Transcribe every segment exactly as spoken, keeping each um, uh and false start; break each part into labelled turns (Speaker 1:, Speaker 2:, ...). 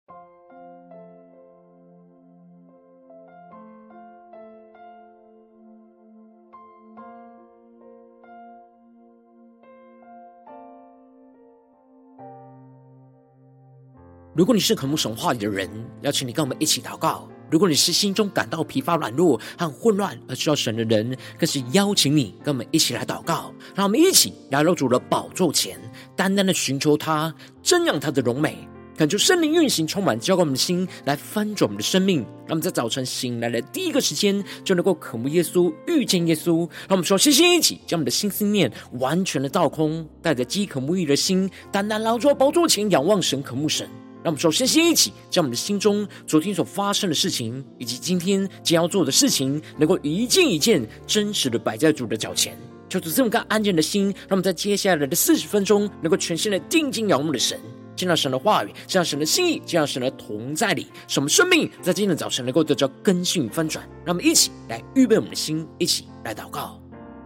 Speaker 1: 如果你是渴慕神话语的人，邀请你跟我们一起祷告。如果你是心中感到疲乏软弱和混乱而需要神的人，更是邀请你跟我们一起来祷告。让我们一起来到主的宝座前，单单的寻求他，瞻仰他的荣美，恳求圣灵运行充满，浇灌我们的心，来翻转我们的生命。让我们在早晨醒来的第一个时间，就能够渴慕耶稣，遇见耶稣。让我们说，先先一起将我们的心思念完全的倒空，带着饥渴沐浴的心，单单来到宝座前仰望神，渴慕神。让我们首先先一起将我们的心中昨天所发生的事情，以及今天将要做的事情，能够一件一件真实的摆在主的脚前。求主这么个安静的心，让我们在接下来的四十分钟，能够全心的定睛仰望的神，见到神的话语，见到神的心意，见到神的同在里，使我们生命在今天的早晨能够得到更新翻转。让我们一起来预备我们的心，一起来祷告。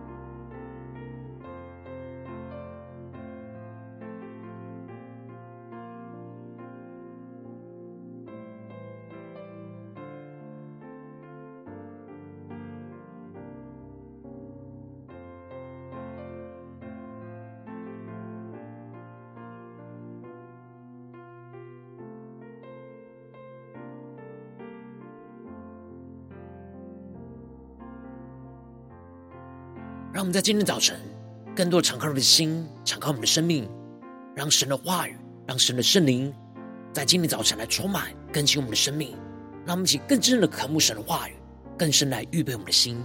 Speaker 1: 让我们在今天早晨更多敞开我们的心，敞开我们的生命，让神的话语，让神的圣灵在今天早晨来充满更新我们的生命。让我们一起更真的渴慕神的话语，更深来预备我们的心。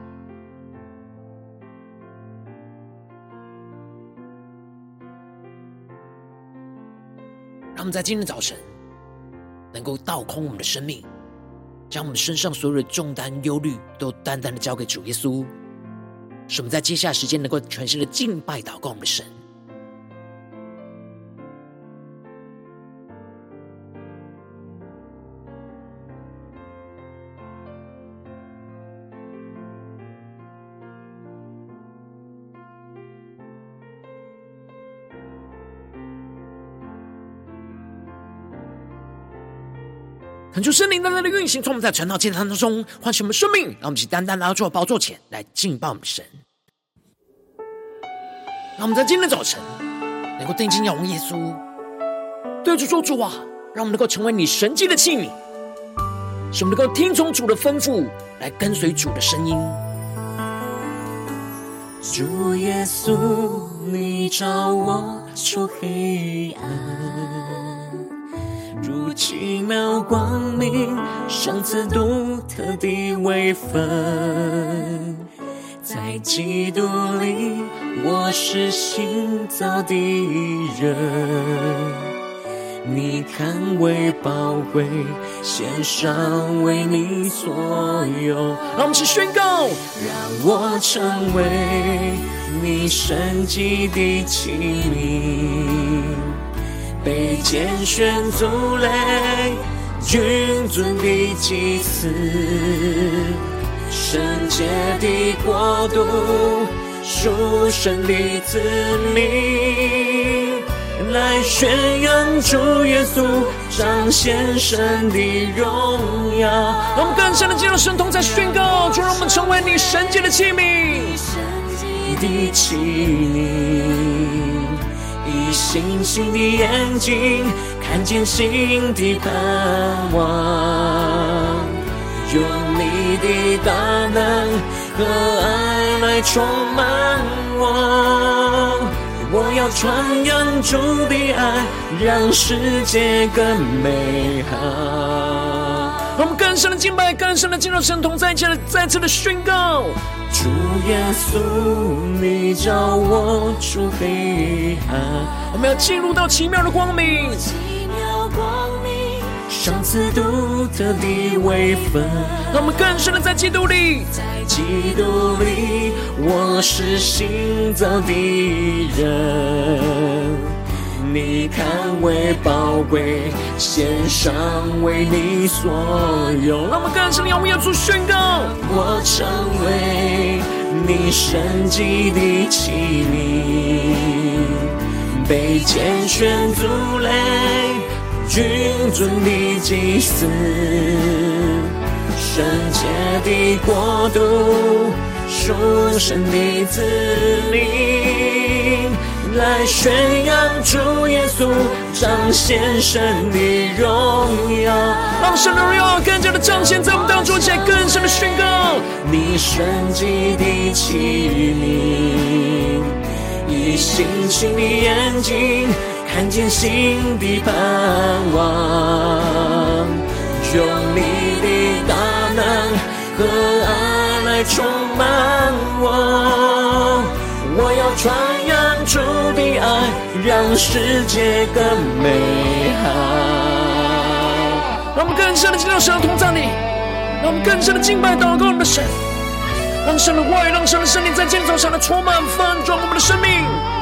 Speaker 1: 让我们在今天早晨能够倒空我们的生命，将我们身上所有的重担忧虑都单单的交给主耶稣，使我们在接下来时间能够全心的敬拜祷告我们的神。恳求圣灵单单的运行，从我们在晨祷祭坛当中唤醒我们生命，让我们一起单单来到主的宝座前来敬拜我们的神。让我们在今天的早晨能够定睛仰望耶稣，对主说，主啊，让我们能够成为你神迹的器皿，使我们能够听从主的吩咐，来跟随主的声音。
Speaker 2: 主耶稣，你照我出黑暗，如奇妙光明，赏赐独特的微分。在基督里，我是新造的人，你看为宝贵，献上为你所有。
Speaker 1: 让我们一起宣告，
Speaker 2: 让我成为你神迹的器皿，被拣选族类，君尊的祭司，圣洁的国度，属神的子民，来宣扬主耶稣，彰显神的荣耀。
Speaker 1: 让我们更深的进入神同在宣告，主，让我们成为你神迹的器皿，
Speaker 2: 的器皿，以星星的眼睛看见新的盼望，用你的大能和爱来充满我。我要传扬主的爱，让世界更美好。
Speaker 1: 让我们更深的敬拜，更深的进入神同在，再次的宣告，
Speaker 2: 主耶稣，你照我出黑暗。
Speaker 1: 我们要进入到奇妙的光明，
Speaker 2: 奇妙光明，赏赐独特的微分。
Speaker 1: 让我们更深的在基督里，
Speaker 2: 在基督里，我是新造的人，你看为宝贵，献上为你所有。
Speaker 1: 让我们更深的仰望耶稣，宣告，
Speaker 2: 我成为你神迹的器皿，被拣选族类， 君尊的祭司，圣洁的国度，属神的子民，来宣扬主耶稣，彰显神的荣耀。
Speaker 1: 让神的荣耀更加的彰显在我们当中，且更深的宣告：
Speaker 2: 你神迹的器皿，以星星的眼睛看见新的盼望，用你的大能和爱来充满我。我要传扬主的爱，让世界更美好。
Speaker 1: 让我们更深的进入神的同在里，让我们更深的敬拜祷告我们的神，让神的话语，让神的圣灵在今天早上的充满翻转我们的生命，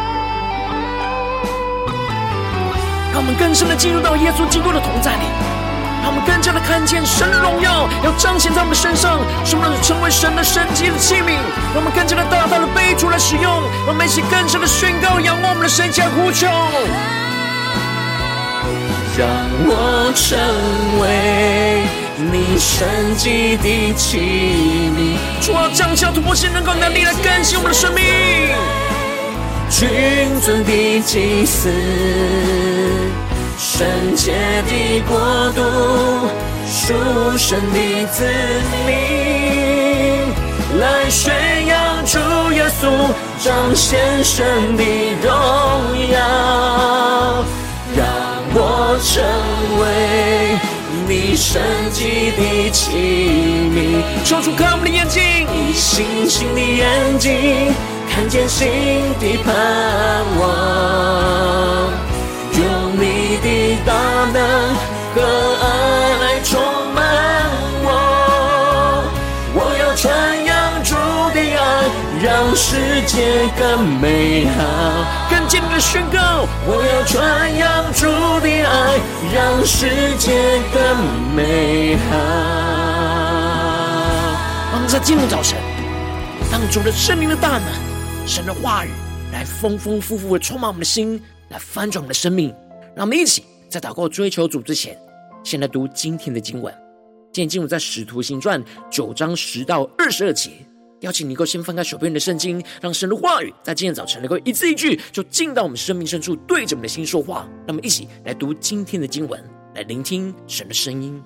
Speaker 1: 让我们更深的进入到耶稣基督的同在里，让我们更加的看见神的荣耀要彰显在我们的身上，使我们成为神的神迹的器皿，让我们更加的大大的背出来使用，让我们一起更深的宣告，仰望我们的神，加呼求，
Speaker 2: 让我成为你神迹的器皿。
Speaker 1: 主啊，降下突破性能够能力来更新我们的生命。
Speaker 2: 君尊的祭司，圣洁的国度，属神的子民，来宣扬主耶稣，彰显神的荣耀。让我成为你神迹的器皿。
Speaker 1: 求主看我们的眼睛，
Speaker 2: 以星星的眼睛看见新的盼望，用你的大能和爱来充满我。我要传扬主的爱，让世界更美好。
Speaker 1: 更坚定的宣告，
Speaker 2: 我要传扬主的爱，让世界更美好。
Speaker 1: 让我们在今天早晨，让主的圣灵的大能，神的话语来丰丰富富的充满我们的心，来翻转我们的生命。让我们一起在祷告追求主之前，先来读今天的经文。今天经文在使徒行传九章十到二十二节。邀请你能够先翻开手边的圣经，让神的话语在今天早晨能够一字一句就进到我们生命深处，对着我们的心说话。让我们一起来读今天的经文，来聆听神的声音。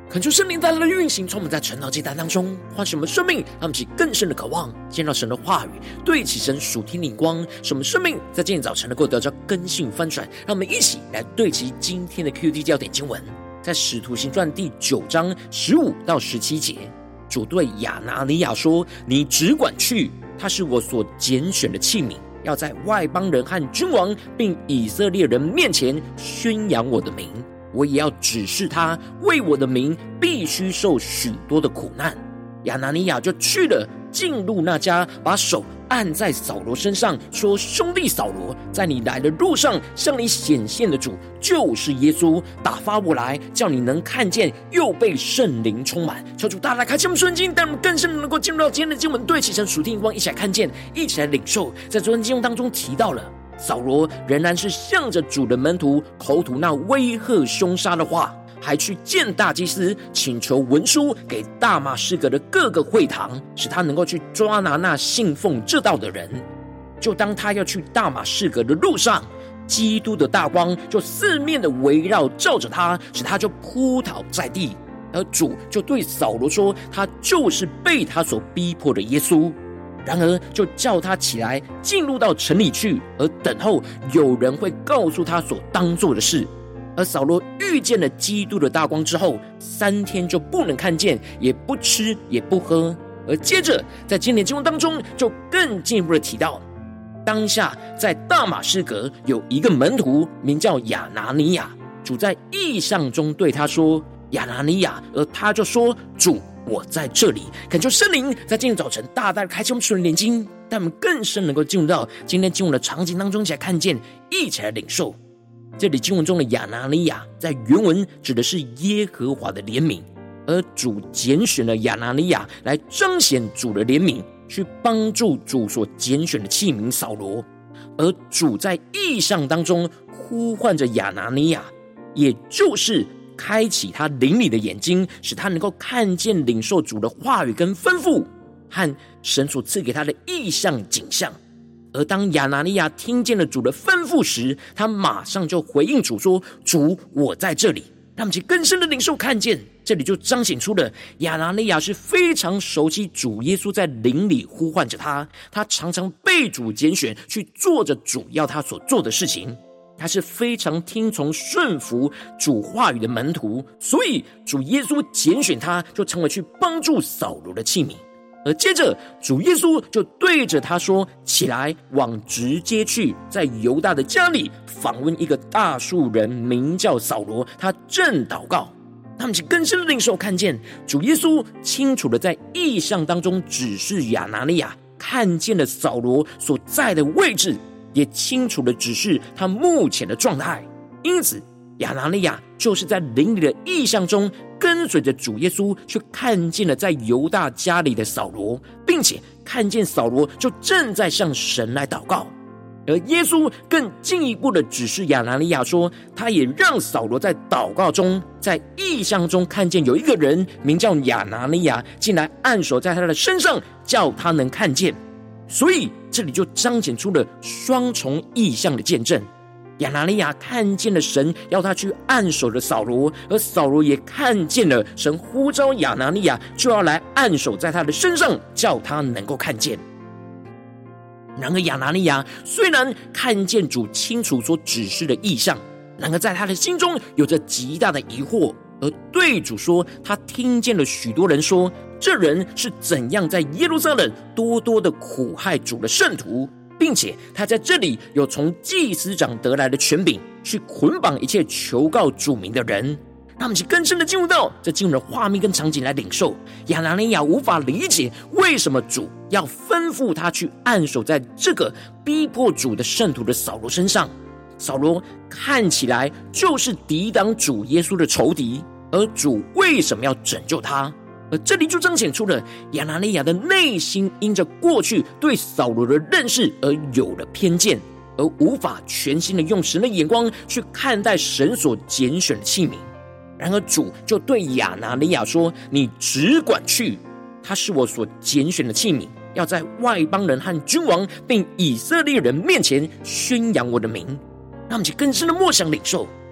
Speaker 1: 恳求圣灵带来的运行，从我们在晨祷祭坛当中唤醒我们生命，让我们起更深的渴望见到神的话语，对齐神属天灵光，使我们生命在今天早晨能够得到更新翻转。让我们一起来对齐今天的 Q D 焦点经文，在使徒行传第九章十五到十七节，主对亚拿尼亚说：你只管去，他是我所拣选的器皿，要在外邦人和君王并以色列人面前宣扬我的名。我也要指示他，为我的名必须受许多的苦难。亚拿尼亚就去了，进入那家，把手按在扫罗身上，说：兄弟扫罗，在你来的路上向你显现的主就是耶稣，打发我来，叫你能看见，又被圣灵充满。求主大大开启我们顺境，让我们更深能够进入到今天的经文，对齐神属天灵光，一起来看见，一起来领受。在昨天经文当中提到了扫罗仍然是向着主的门徒口吐那威吓凶杀的话，还去见大祭司，请求文书给大马士革的各个会堂，使他能够去抓拿那信奉这道的人。就当他要去大马士革的路上，基督的大光就四面的围绕照着他，使他就扑倒在地。而主就对扫罗说，他就是被他所逼迫的耶稣。然而就叫他起来，进入到城里去，而等候有人会告诉他所当做的事。而扫罗遇见了基督的大光之后，三天就不能看见，也不吃也不喝。而接着在今天经文当中就更进一步的提到，当下在大马士革有一个门徒名叫亚拿尼亚，主在异象中对他说：亚拿尼亚。而他就说：主，我在这里。恳求圣灵在今天早晨大大的开启我们属灵的眼睛，让我们更深能够进入到今天经文的场景当中，一起来看见，一起来领受。这里经文中的亚拿尼亚在原文指的是耶和华的怜悯，而主拣选了亚拿尼亚来彰显主的怜悯，去帮助主所拣选的器皿扫罗。而主在异象当中呼唤着亚拿尼亚，也就是开启他灵里的眼睛，使他能够看见领受主的话语跟吩咐，和神所赐给他的异象景象。而当亚拿尼亚听见了主的吩咐时，他马上就回应主说：主，我在这里。让我们去更深的领受看见，这里就彰显出了亚拿尼亚是非常熟悉主耶稣在灵里呼唤着他，他常常被主拣选去做着主要他所做的事情，他是非常听从顺服主话语的门徒，所以主耶稣拣选他，就成为去帮助扫罗的器皿。而接着主耶稣就对着他说：起来，往直接去，在犹大的家里访问一个大数人，名叫扫罗，他正祷告。他们更深的领受看见主耶稣清楚的在异象当中指示亚拿尼亚看见了扫罗所在的位置，也清楚的指示他目前的状态。因此亚拿尼亚就是在灵里的异象中跟随着主耶稣去看见了在犹大家里的扫罗，并且看见扫罗就正在向神来祷告。而耶稣更进一步的指示亚拿尼亚说，他也让扫罗在祷告中，在异象中看见有一个人名叫亚拿尼亚进来按手在他的身上，叫他能看见。所以这里就彰显出了双重异象的见证。亚拿尼亚看见了神要他去按手的扫罗，而扫罗也看见了神呼召亚拿尼亚就要来按手在他的身上，叫他能够看见。然而亚拿尼亚虽然看见主清楚所指示的异象，然而在他的心中有着极大的疑惑，而对主说，他听见了许多人说，这人是怎样在耶路撒冷多多的苦害主的圣徒，并且他在这里有从祭司长得来的权柄，去捆绑一切求告主名的人。让我们去更深的进入到这进入的画面跟场景来领受。亚拿尼亚无法理解为什么主要吩咐他去按手在这个逼迫主的圣徒的扫罗身上。扫罗看起来就是抵挡主耶稣的仇敌，而主为什么要拯救他？而这里就彰显出了亚拿尼亚的内心因着过去对扫罗的认识而有了偏见，而无法全心的用神的眼光去看待神所拣选的器皿。然而主就对亚拿尼亚说，你只管去，他是我所拣选的器皿，要在外邦人和君王并以色列人面前宣扬我的名。让我们去更深的默想领受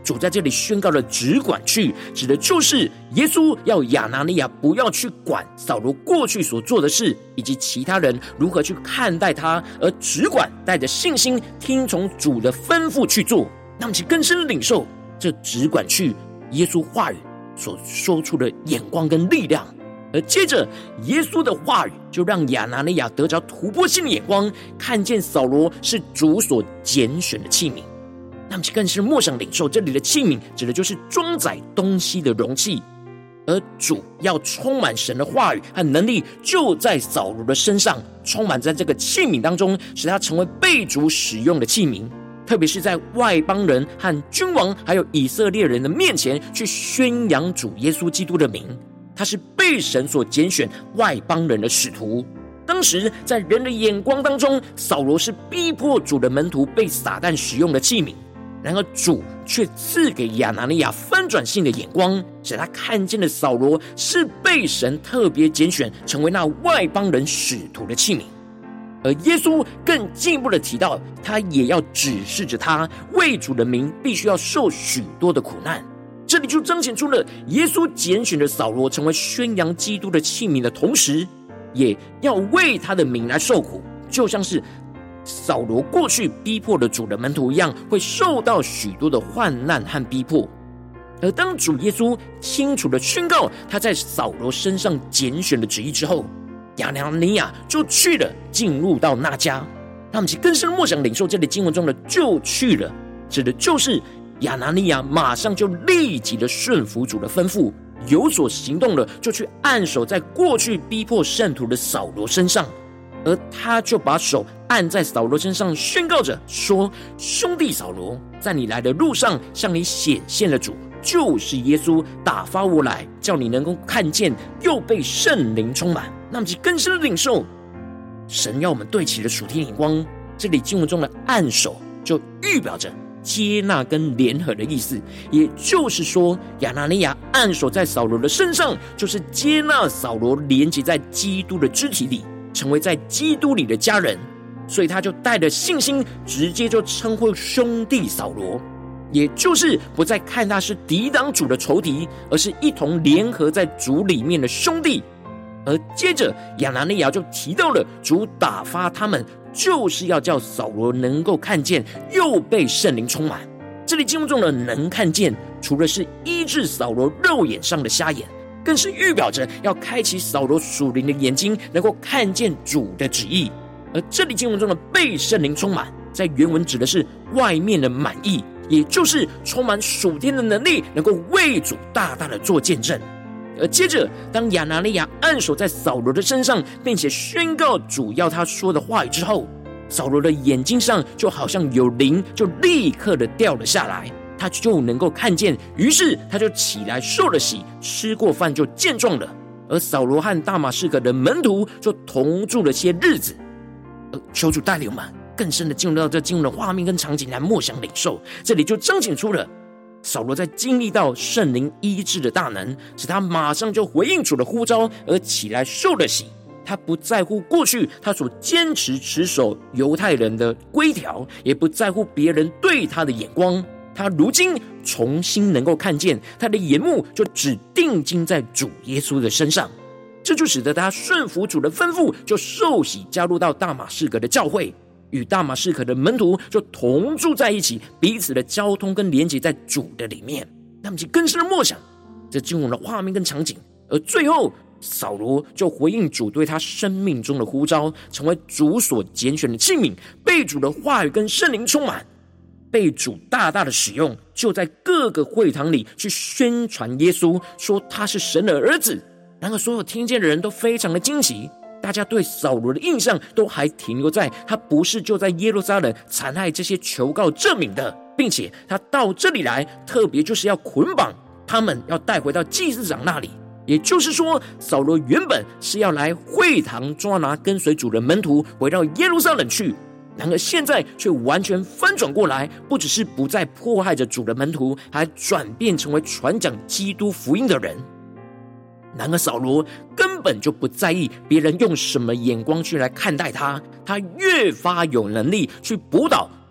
Speaker 1: 主在这里宣告了只管去，指的就是耶稣要亚拿尼亚不要去管扫罗过去所做的事，以及其他人如何去看待他，而只管带着信心听从主的吩咐去做。那么其更深的领受这只管去耶稣话语所说出的眼光跟力量。而接着耶稣的话语就让亚拿尼亚得着突破性的眼光，看见扫罗是主所拣选的器皿。那么更是默想领受，这里的器皿指的就是装载东西的容器，而主要充满神的话语和能力，就在扫罗的身上充满在这个器皿当中，使他成为被主使用的器皿，特别是在外邦人和君王还有以色列人的面前去宣扬主耶稣基督的名。他是被神所拣选外邦人的使徒。当时在人的眼光当中，扫罗是逼迫主的门徒被撒旦使用的器皿，然而主却赐给亚拿尼亚翻转性的眼光，使他看见了扫罗是被神特别拣选成为那外邦人使徒的器皿。而耶稣更进一步的提到，他也要指示着他为主的名必须要受许多的苦难。这里就彰显出了耶稣拣选的扫罗成为宣扬基督的器皿的同时，也要为他的名来受苦，就像是扫罗过去逼迫的主的门徒一样，会受到许多的患难和逼迫。而当主耶稣清楚的宣告他在扫罗身上拣选的旨意之后，亚拿尼亚就去了，进入到那家。他们其更深默想领受这里经文中的就去了，指的就是亚拿尼亚马上就立即的顺服主的吩咐，有所行动了，就去按手在过去逼迫圣徒的扫罗身上。而他就把手按在扫罗身上，宣告着说：兄弟扫罗，在你来的路上向你显现了主，就是耶稣，打发我来，叫你能够看见，又被圣灵充满。那么其更深的领受神要我们对齐的属天眼光。这里经文中的按手就预表着接纳跟联合的意思，也就是说亚拿尼亚按手在扫罗的身上，就是接纳扫罗连接在基督的肢体里，成为在基督里的家人。所以他就带着信心直接就称呼兄弟扫罗，也就是不再看他是抵挡主的仇敌，而是一同联合在主里面的兄弟。而接着亚拿尼亚就提到了主打发他们，就是要叫扫罗能够看见，又被圣灵充满。这里经文中的能看见，除了是医治扫罗肉眼上的瞎眼，更是预表着要开启扫罗属灵的眼睛，能够看见主的旨意。而这里经文中的被圣灵充满，在原文指的是外面的满意，也就是充满属天的能力，能够为主大大的做见证。而接着当亚拿尼亚按手在扫罗的身上，并且宣告主要他说的话语之后，扫罗的眼睛上就好像有灵，就立刻的掉了下来，他就能够看见，于是他就起来受了洗，吃过饭就健壮了。而扫罗和大马士革的门徒就同住了些日子。而求主带领我们更深的进入到这经文的画面跟场景来默想领受。这里就彰显出了扫罗在经历到圣灵医治的大能，使他马上就回应主的呼召，而起来受了洗。他不在乎过去他所坚持持守犹太人的规条，也不在乎别人对他的眼光。他如今重新能够看见，他的眼目就只定睛在主耶稣的身上。这就使得他顺服主的吩咐，就受洗加入到大马士革的教会，与大马士革的门徒就同住在一起，彼此的交通跟连结在主的里面。他们就更深的默想这经文的画面跟场景。而最后扫罗就回应主对他生命中的呼召，成为主所拣选的器皿，被主的话语跟圣灵充满，被主大大的使用，就在各个会堂里去宣传耶稣，说他是神的儿子。然而所有听见的人都非常的惊奇，大家对扫罗的印象都还停留在他不是就在耶路撒冷残害这些求告证明的，并且他到这里来特别就是要捆绑他们，要带回到祭司长那里。也就是说，扫罗原本是要来会堂抓拿跟随主的门徒回到耶路撒冷去，然而现在却完全翻转过来，不只是不再迫害着主的门徒，还转变成为传讲基督福音的人。然而扫罗根本就不在意别人用什么眼光去来看待他，他越发有能力去驳倒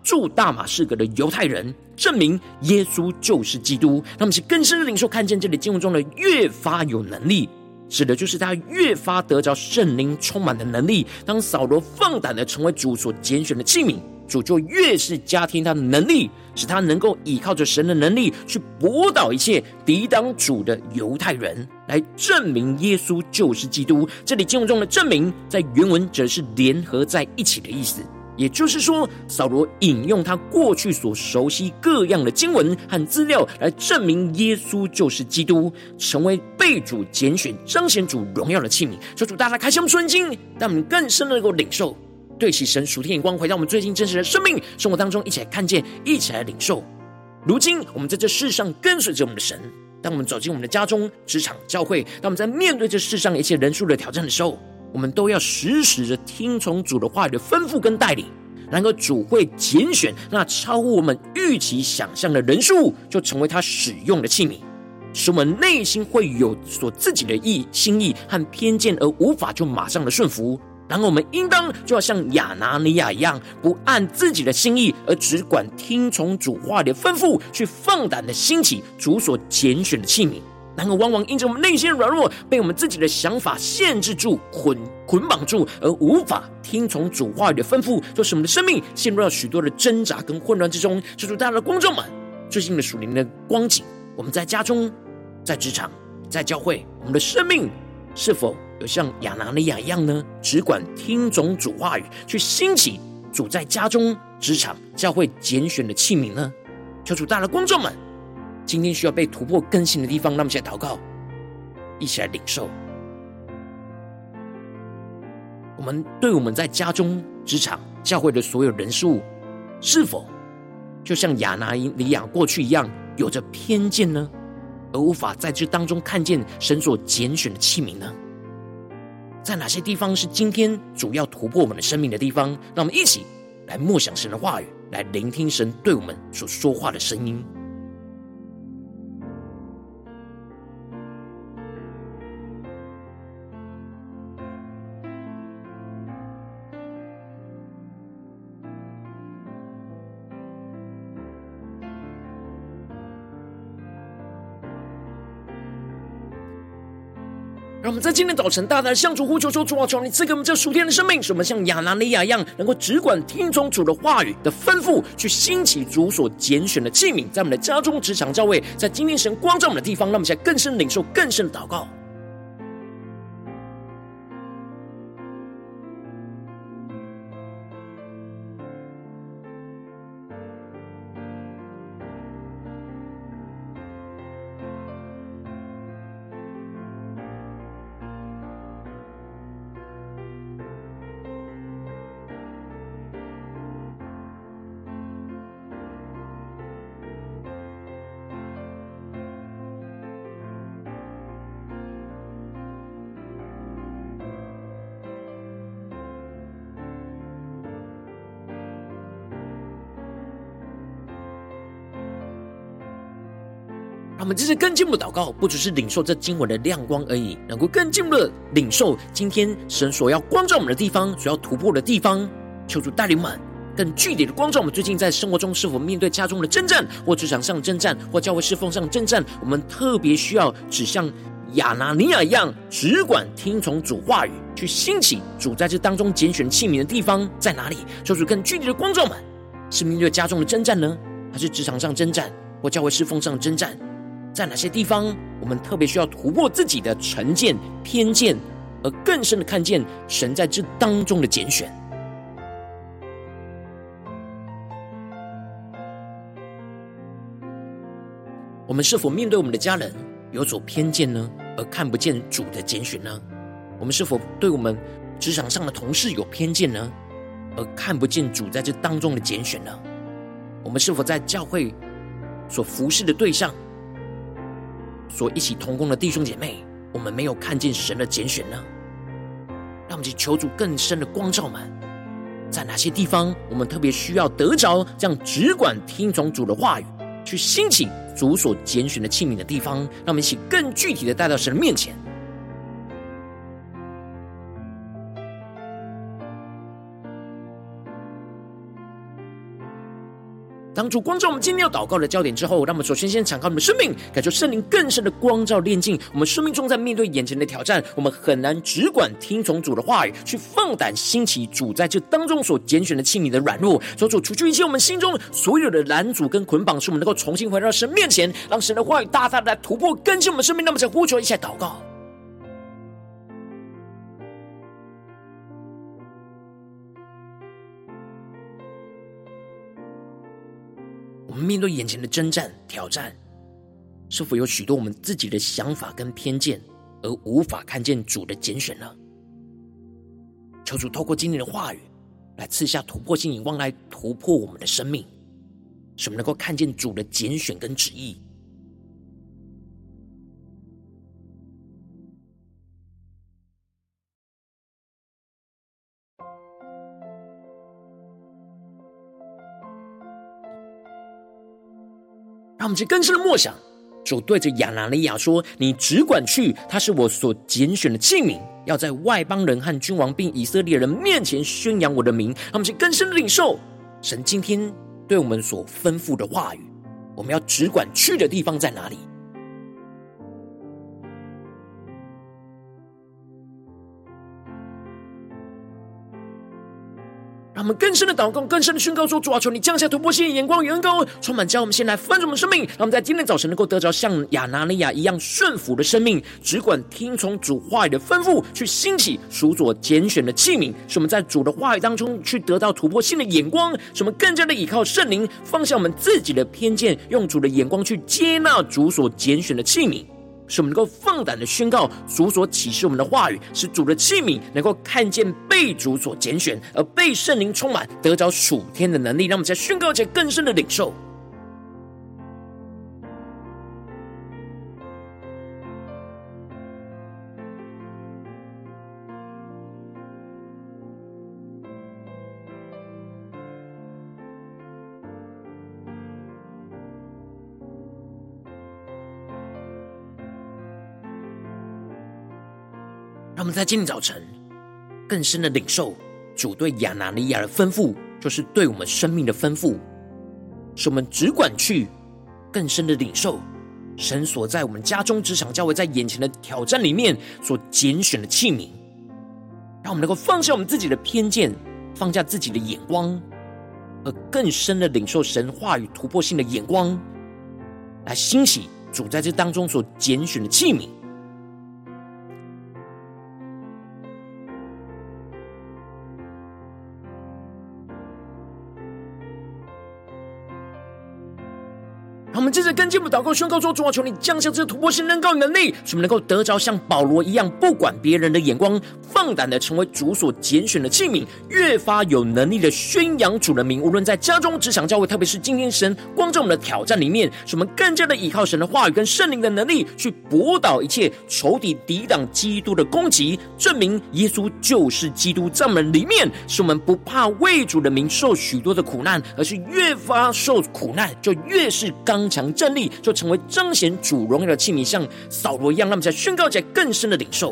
Speaker 1: 住大马士革的犹太人，证明耶稣就是基督。让我们是更深的领受看见这里经文中的越发有能力，指的就是他越发得着圣灵充满的能力。当扫罗放胆的成为主所拣选的器皿，主就越是加添他的能力，使他能够依靠着神的能力去驳倒一切抵挡主的犹太人，来证明耶稣就是基督。这里经文中的证明在原文指的是联合在一起的意思，也就是说，扫罗引用他过去所熟悉各样的经文和资料，来证明耶稣就是基督，成为被主拣选彰显主荣耀的器皿。求主大家开箱顺经，让我们更深的能够领受，对齐神属天眼光，回到我们最近真实的生命生活当中，一起来看见，一起来领受。如今我们在这世上跟随着我们的神，当我们走进我们的家中、职场、教会，当我们在面对这世上一切人数的挑战的时候，我们都要时时的听从主的话语的吩咐跟带领。然而主会拣选那超乎我们预期想象的人数，就成为他使用的器皿，使我们内心会有所自己的意心意和偏见，而无法就马上的顺服。然后我们应当就要像亚拿尼亚一样，不按自己的心意，而只管听从主话的吩咐，去放胆的兴起主所拣选的器皿。然而往往因着我们内心的软弱，被我们自己的想法限制住、捆捆绑住，而无法听从主话语的吩咐，就使我们的生命陷入到许多的挣扎跟混乱之中。求主大家的观众们，最近的属灵的光景，我们在家中、在职场、在教会，我们的生命是否有像亚拿尼亚一样呢？只管听从主话语，去兴起主在家中、职场、教会拣选的器皿呢？求主大家的观众们，今天需要被突破更新的地方，让我们一起来祷告，一起来领受。我们对我们在家中、职场、教会的所有人事物，是否就像亚拿尼亚过去一样，有着偏见呢？而无法在这当中看见神所拣选的器皿呢？在哪些地方是今天主要突破我们的生命的地方？让我们一起来默想神的话语，来聆听神对我们所说话的声音。让我们在今天早晨大胆向主呼求说，主啊，求你赐给我们这属天的生命，使我们像亚拿尼亚一样，能够只管听从主的话语的吩咐，去兴起主所拣选的器皿，在我们的家中、职场、教会，在今天神光照我们的地方，让我们现在更深领受更深的祷告。让我们这次更进一步祷告，不只是领受这经文的亮光而已，能够更进一步的领受今天神所要光照我们的地方，所要突破的地方。求主带领我们更具体的光照我们最近在生活中是否面对家中的征战，或职场上征战，或教会侍奉上征战，我们特别需要只像亚拿尼亚一样，只管听从主话语，去兴起主在这当中拣选器皿的地方在哪里？求主更具体的光照我们，是面对家中的征战呢，还是职场上征战，或教会侍奉上的征战？在哪些地方我们特别需要突破自己的成见、偏见，而更深的看见神在这当中的拣选？我们是否面对我们的家人有所偏见呢，而看不见主的拣选呢？我们是否对我们职场上的同事有偏见呢，而看不见主在这当中的拣选呢？我们是否在教会所服侍的对象，所一起同工的弟兄姐妹，我们没有看见神的拣选呢？让我们去求主更深的光照们，在哪些地方我们特别需要得着这样只管听从主的话语，去兴起主所拣选的器皿的地方，让我们一起更具体的带到神的面前。 当主光照我们今天要祷告的焦点之后，让我们首先先敞开我们的生命，感受圣灵更深的光照炼净我们生命中，在面对眼前的挑战，我们很难只管听从主的话语，去放胆兴起主在这当中所拣选的器皿的软弱，求主除去一切我们心中所有的拦阻跟捆绑，使我们能够重新回到神面前，让神的话语大大的来突破更新我们生命。那么想呼求一起来祷告。我们面对眼前的征战挑战，是否有许多我们自己的想法跟偏见，而无法看见主的拣选呢？求主透过今天的话语来赐下突破性眼光，来突破我们的生命，使我们能够看见主的拣选跟旨意。让我们去更深的默想，主对着亚拿尼亚说：你只管去，他是我所拣选的器皿，要在外邦人和君王并以色列人面前宣扬我的名。让我们去更深的领受神今天对我们所吩咐的话语，我们要只管去的地方在哪里？让我们更深的祷告，更深的宣告说：主啊，求你降下突破性的眼光与恩膏，充满将我们先来翻转我们生命，让我们在今天早晨能够得着像亚拿尼亚一样顺服的生命，只管听从主话语的吩咐，去兴起属所拣选的器皿，使我们在主的话语当中去得到突破性的眼光，使我们更加的依靠圣灵，放下我们自己的偏见，用主的眼光去接纳主所拣选的器皿，使我们能够放胆的宣告主所启示我们的话语，使主的器皿能够看见被主所拣选，而被圣灵充满，得着属天的能力。让我们在宣告前更深的领受。让我们在今天早晨更深的领受主对亚拿尼亚的吩咐，就是对我们生命的吩咐，使我们只管去更深的领受神所在我们家中职场教会在眼前的挑战里面所拣选的器皿，让我们能够放下我们自己的偏见，放下自己的眼光，而更深的领受神话语突破性的眼光，来兴起主在这当中所拣选的器皿。让我们接着跟进步祷告宣告说：主啊，求你降下这突破性恩膏能力，使我们能够得着像保罗一样，不管别人的眼光，放胆的成为主所拣选的器皿，越发有能力的宣扬主的名。无论在家中职场教会，特别是今天神光照我们的挑战里面，使我们更加的依靠神的话语跟圣灵的能力，去驳倒一切仇敌抵挡基督的攻击，证明耶稣就是基督在我们里面，使我们不怕为主的名受许多的苦难，而是越发受苦难就越是刚强站立，就成为彰显主荣耀的器皿，像扫罗一样。让我们在宣告起来更深的领受。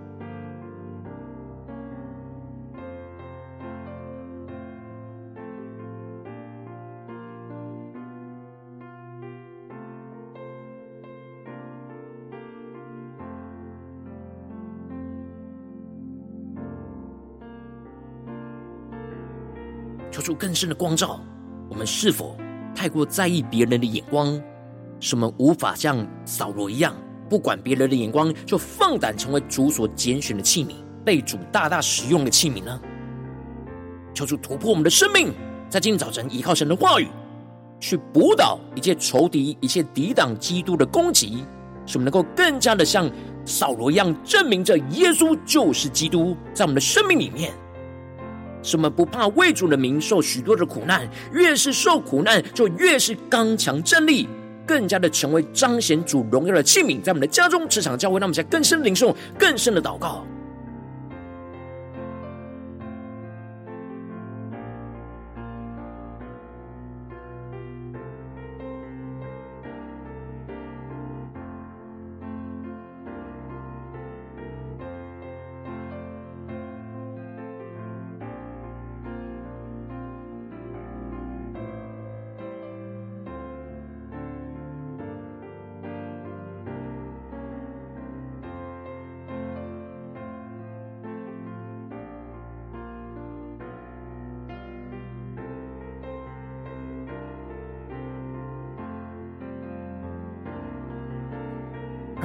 Speaker 1: 求主更深的光照，我们是否太过在意别人的眼光，使我们无法像扫罗一样，不管别人的眼光，就放胆成为主所拣选的器皿，被主大大使用的器皿呢？求主突破我们的生命，在今天早晨依靠神的话语，去驳倒一切仇敌，一切抵挡基督的攻击，使我们能够更加的像扫罗一样，证明着耶稣就是基督在我们的生命里面，使我们不怕为主的名受许多的苦难，越是受苦难就越是刚强站立，更加的成为彰显主荣耀的器皿，在我们的家中职场教会。让我们在更深的领受，更深的祷告。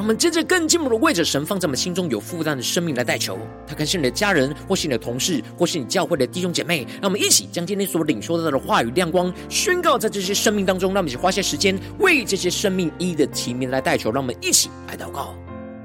Speaker 1: 我们接着更进一步的为着神放在我们心中有负担的生命来代求。他可能是你的家人，或是你的同事，或是你教会的弟兄姐妹。让我们一起将今天所领受到的话语亮光宣告在这些生命当中。让我们一起花些时间为这些生命一一的提名来代求。让我们一起来祷告。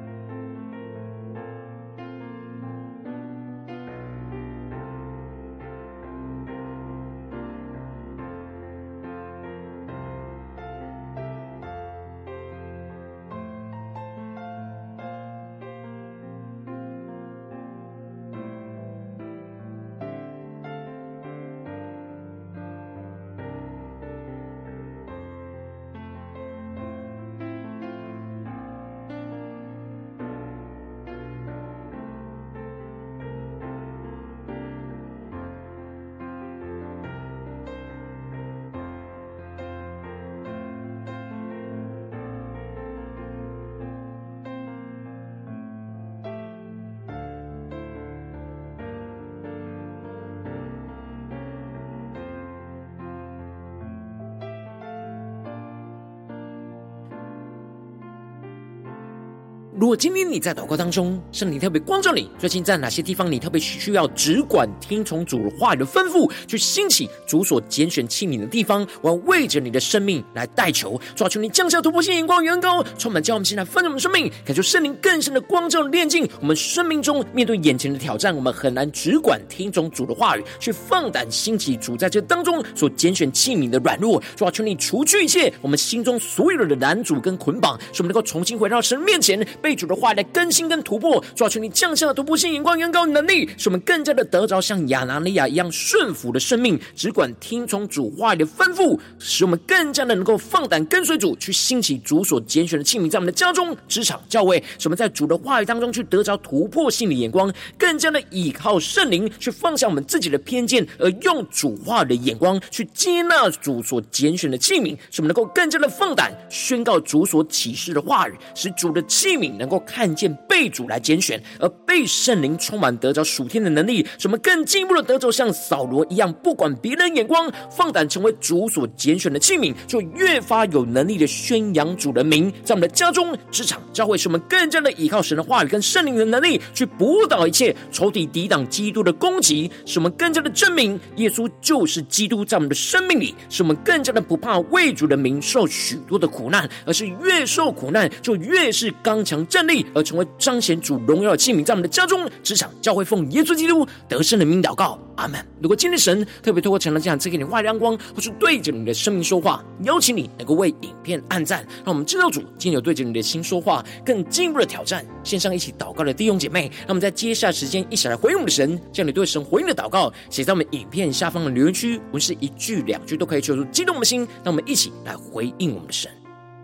Speaker 1: 如果今天你在祷告当中，圣灵特别光照你，最近在哪些地方你特别需要只管听从主的话语的吩咐，去兴起主所拣选器皿的地方，我要为着你的生命来代求。主啊，求你降下突破性眼光，远高充满，叫我们现在分盛我们的生命，感受圣灵更深的光照炼净我们生命中面对眼前的挑战，我们很难只管听从主的话语，去放胆兴起主在这当中所拣选器皿的软弱。主啊，求你除去一切我们心中所有的拦阻跟捆绑，使我们能够重新回到神面前，被主的话来更新跟突破。主啊，求你降下突破性眼光、远高能力，使我们更加的得着像亚拿尼亚一样顺服的生命，只管听从主话语的吩咐，使我们更加的能够放胆跟随主，去兴起主所拣选的器皿，在我们的家中、职场、教会，使我们在主的话语当中去得着突破性的眼光，更加的倚靠圣灵，去放下我们自己的偏见，而用主话语的眼光去接纳主所拣选的器皿，使我们能够更加的放胆宣告主所启示的话语，使主的器皿能够看见被主来拣选，而被圣灵充满，得着属天的能力，使我们更进一步的得着像扫罗一样，不管别人眼光，放胆成为主所拣选的器皿，就越发有能力的宣扬主的名，在我们的家中、职场、教会，使我们更加的依靠神的话语跟圣灵的能力，去驳倒一切仇敌抵挡基督的攻击，使我们更加的证明耶稣就是基督，在我们的生命里，使我们更加的不怕为主的名受许多的苦难，而是越受苦难就越是刚强站立，而成为彰显主荣耀的器皿，在我们的家中、职场、教会，奉耶稣基督得胜的名祷告，阿们。如果今天神特别透过成了这样赐给你话语亮光，或是对着你的生命说话，邀请你能够为影片按赞，让我们知道主今天有对着你的心说话，更进一步的挑战线上一起祷告的弟兄姐妹，让我们在接下来时间一起来回应我们的神，将你对神回应的祷告写在我们影片下方的留言区，文是一句两句都可以求出激动我们的心，让我们一起来回应我们的神。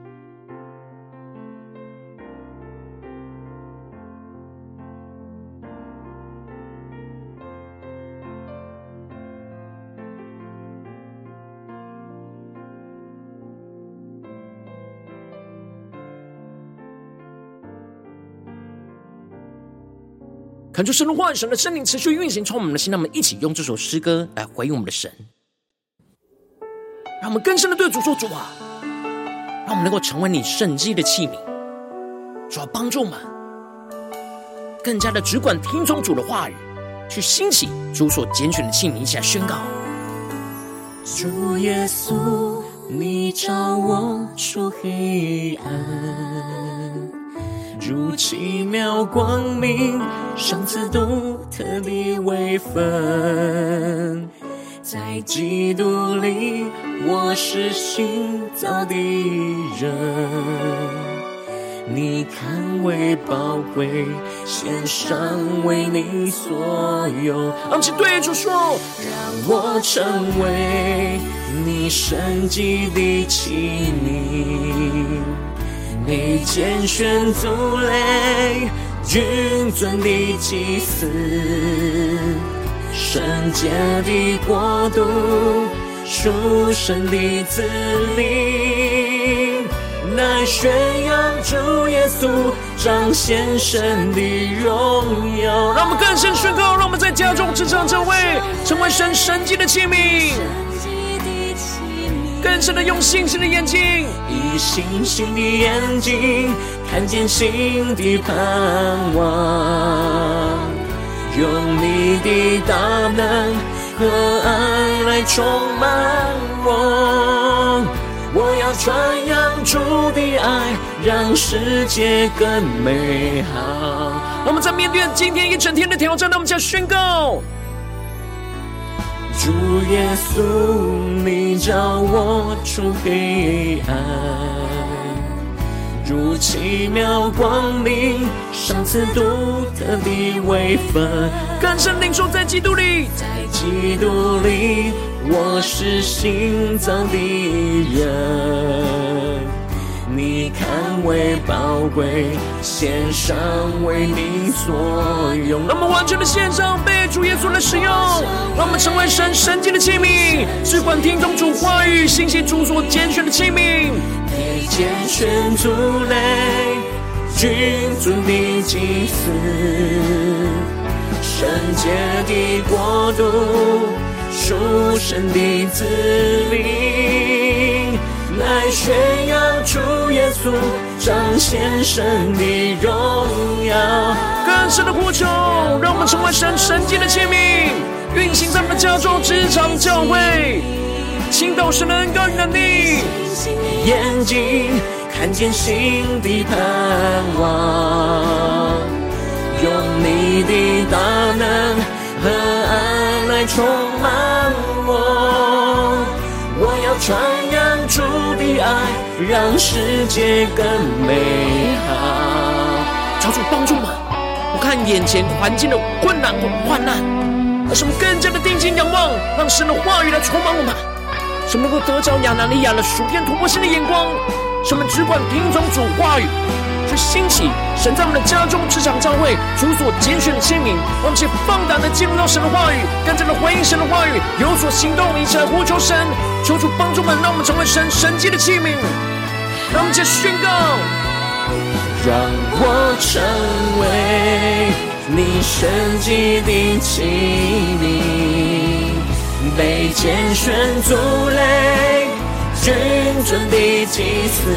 Speaker 1: 恳求神的话语、神的圣灵持续运行，充满我们的心。让我们一起用这首诗歌来回应我们的神，让我们更深的对主说：主啊，让我们能够成为你圣迹的器皿。主啊，帮助我们更加的只管听从主的话语，去兴起主所拣选的器皿，一起来宣告：
Speaker 2: 主耶稣，你照我出黑暗，如奇妙光明，赏赐独特的微分，在基督里我是新造的人，你看为宝贵，献上为你所有。
Speaker 1: 让我们一起对主说：
Speaker 2: 让我成为你圣迹的器皿，你拣选族类，君尊的祭司，圣洁的国度，属神的子民，来宣扬主耶稣，彰显神的荣耀。
Speaker 1: 让我们更深宣告，让我们在家中、职场、教会，成为神神迹的器皿。
Speaker 2: 神迹的器皿，
Speaker 1: 更深的用信心的眼睛，
Speaker 2: 以信心的眼睛看见新的盼望，用你的大能和爱来充满我。我要传扬主的爱，让世界更美好。
Speaker 1: 我们在面对今天一整天的挑战，让我们将宣告：
Speaker 2: 主耶稣，你照我出黑暗，如奇妙光明，赏赐独特的微分。
Speaker 1: 更深领受在基督里，
Speaker 2: 在基督里，我是新造的人，你看为宝贵，献上为你所用。
Speaker 1: 让我们完全的献上，被主耶稣来使用，让我们成为神神迹的器皿，只管听从主话语，信息主所拣选的器皿，
Speaker 2: 被拣选族类，君尊的祭司，圣洁的国度，属神的子民，来宣扬主耶稣，彰显神的荣耀。
Speaker 1: 更深的呼求，让我们成为神神迹的器皿，运行在我们的家中、职场、教会，倾倒神的恩膏与能力。
Speaker 2: 眼睛看见新的盼望，用你的大能和爱来充满我。我要传扬主的爱，让世界更美好。
Speaker 1: 求主帮助我们，不看眼前环境的困难或患难，而是我们更加的定睛仰望，让神的话语来充满我们，使我们能够得着亚拿尼亚的属天突破性的眼光，使我们只管听从主话语，去兴起神在我们的家中、职场、教会主所拣选的器皿，让我们且放胆的进入到神的话语，更加的回应神的话语，有所行动，一起来呼求神，求主帮助我们，让我们成为神神迹的器皿。让我们且宣告：
Speaker 2: 让我成为你神迹的器皿，被拣选族类，君尊的祭司，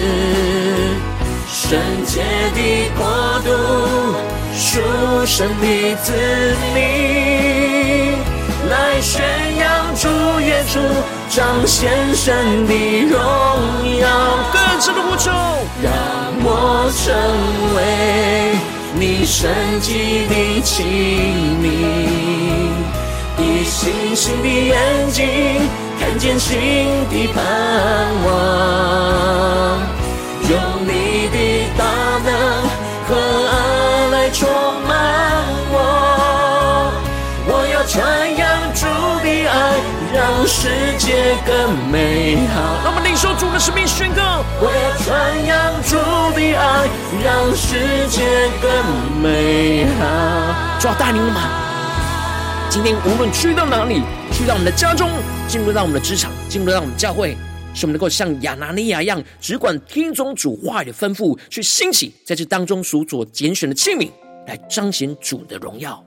Speaker 2: 圣洁的国度，属神的子民，来宣扬主耶稣，彰显神的荣耀。
Speaker 1: 更深的呼求，
Speaker 2: 让我成为你神迹的器皿，以信心的眼睛看见新的盼望，用你的大能和爱来充满我。我要传扬主的爱，让世界更美好。
Speaker 1: 让我们领受主的使命宣告：
Speaker 2: 我要传扬主的爱，让世界更美好。
Speaker 1: 主要带领我们，今天无论去到哪里，去到我们的家中，进入到我们的职场，进入到我们教会，使我们能够像亚拿尼亚一样，只管听从主话语的吩咐，去兴起在这当中属所拣选的器皿，来彰显主的荣耀。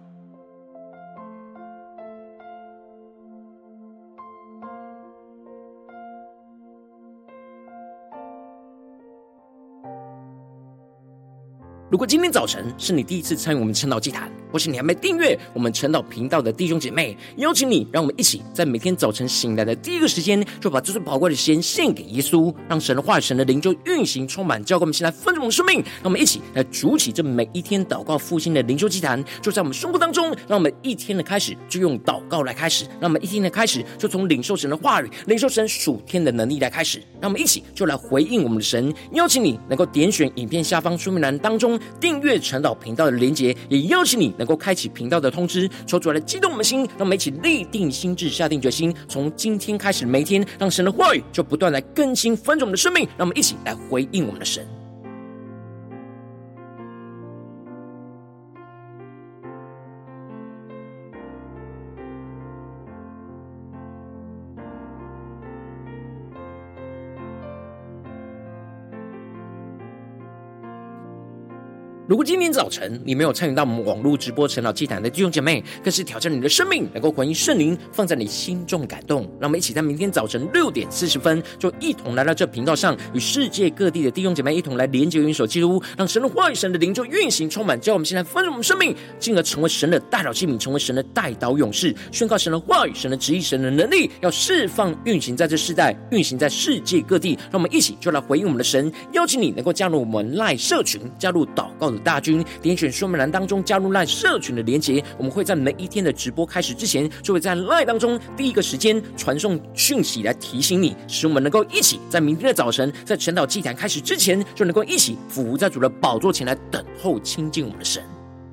Speaker 1: 如果今天早晨是你第一次参与我们晨祷祭坛，或是你还没订阅我们晨祷频道的弟兄姐妹，邀请你，让我们一起在每天早晨醒来的第一个时间，就把这最宝贵的时间献给耶稣，让神的话语、神的灵就运行充满，教灌我们现在分盛的生命。让我们一起来主起这每一天祷告复兴的灵修祭坛，就在我们生活当中。让我们一天的开始就用祷告来开始，让我们一天的开始就从领受神的话语、领受神属天的能力来开始。让我们一起就来回应我们的神。邀请你能够点选影片下方说明栏当中订阅晨祷频道的连结，也邀请你能够开启频道的通知，求主来激动我们的心，让我们一起立定心志，下定决心，从今天开始每一天，让神的话语就不断来更新分盛我们的生命。让我们一起来回应我们的神。 如果今天早晨你没有参与到我们网络直播陈老祭坛的弟兄姐妹，更是挑战你的生命，能够回应圣灵放在你心中的感动。让我们一起在明天早晨六点四十分，就一同来到这频道上，与世界各地的弟兄姐妹一同来连接元首基督，让神的话语、神的灵就运行充满，叫我们现在丰盛我们生命，进而成为神的代祷器皿，成为神的代祷勇士，宣告神的话语、神的旨意、神的能力，要释放运行在这世代，运行在世界各地。让我们一起就来回应我们的神，邀请你能够加入我们赖社群，加入祷告的大军，点选说明栏当中加入赖社群的连结，我们会在每一天的直播开始之前，就会在赖当中第一个时间传送讯息来提醒你，使我们能够一起在明天的早晨，在晨祷祭坛开始之前，就能够一起俯伏在主的宝座前来等候亲近我们的神。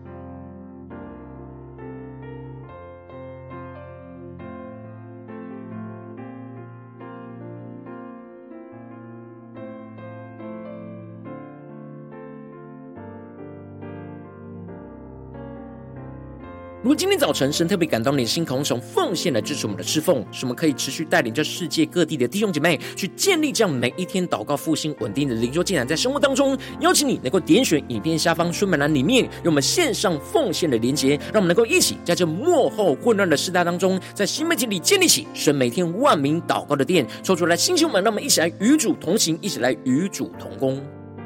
Speaker 1: 如果今天早晨神特别感动你的心，渴望从奉献来支持我们的侍奉，使我们可以持续带领这世界各地的弟兄姐妹去建立这样每一天祷告复兴稳定的灵修进展，在生活当中邀请你能够点选影片下方说明栏里面有我们线上奉献的连结，让我们能够一起在这末后混乱的时代当中，在新媒体里建立起神每天万名祷告的殿，抽出来星球们，让我们一起来与主同行，一起来与主同工。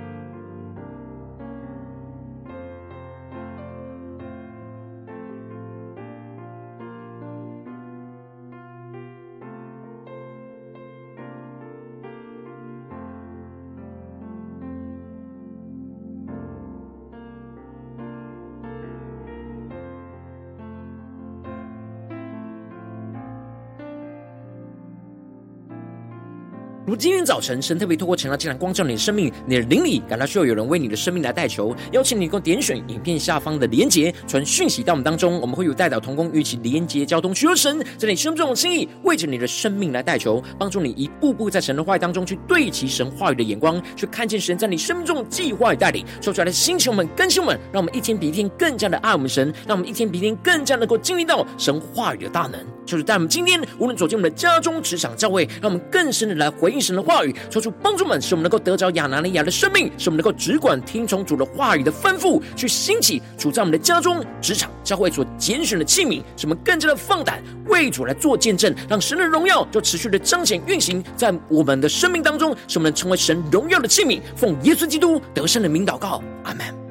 Speaker 1: 如今天早晨神特别透过晨祷祭坛光照你的生命，你的灵里感到需要有人为你的生命来代求，邀请你能够点选影片下方的连结，传讯息到我们当中，我们会有代祷同工与其连结交通，寻求神在你生命中的心意，为着你的生命来代求，帮助你一步步在神的话语当中去对齐神话语的眼光，去看见神在你生命中的计划与带领。说出来的星球们更新我们，让我们一天比一天更加的爱我们神，让我们一天比一天更加能够经历到神话语的大能。就是在我们今天无论走进我们的家中、职场、教会，让我们更深的来回应神的话语，抽出帮助们，使我们能够得着亚拿尼亚的生命，使我们能够只管听从主的话语的吩咐，去兴起主在我们的家中、职场、教会所拣选的器皿，使我们更加的放胆为主来做见证，让神的荣耀就持续的彰显运行在我们的生命当中，使我们能成为神荣耀的器皿。奉耶稣基督得胜的名祷告，阿们。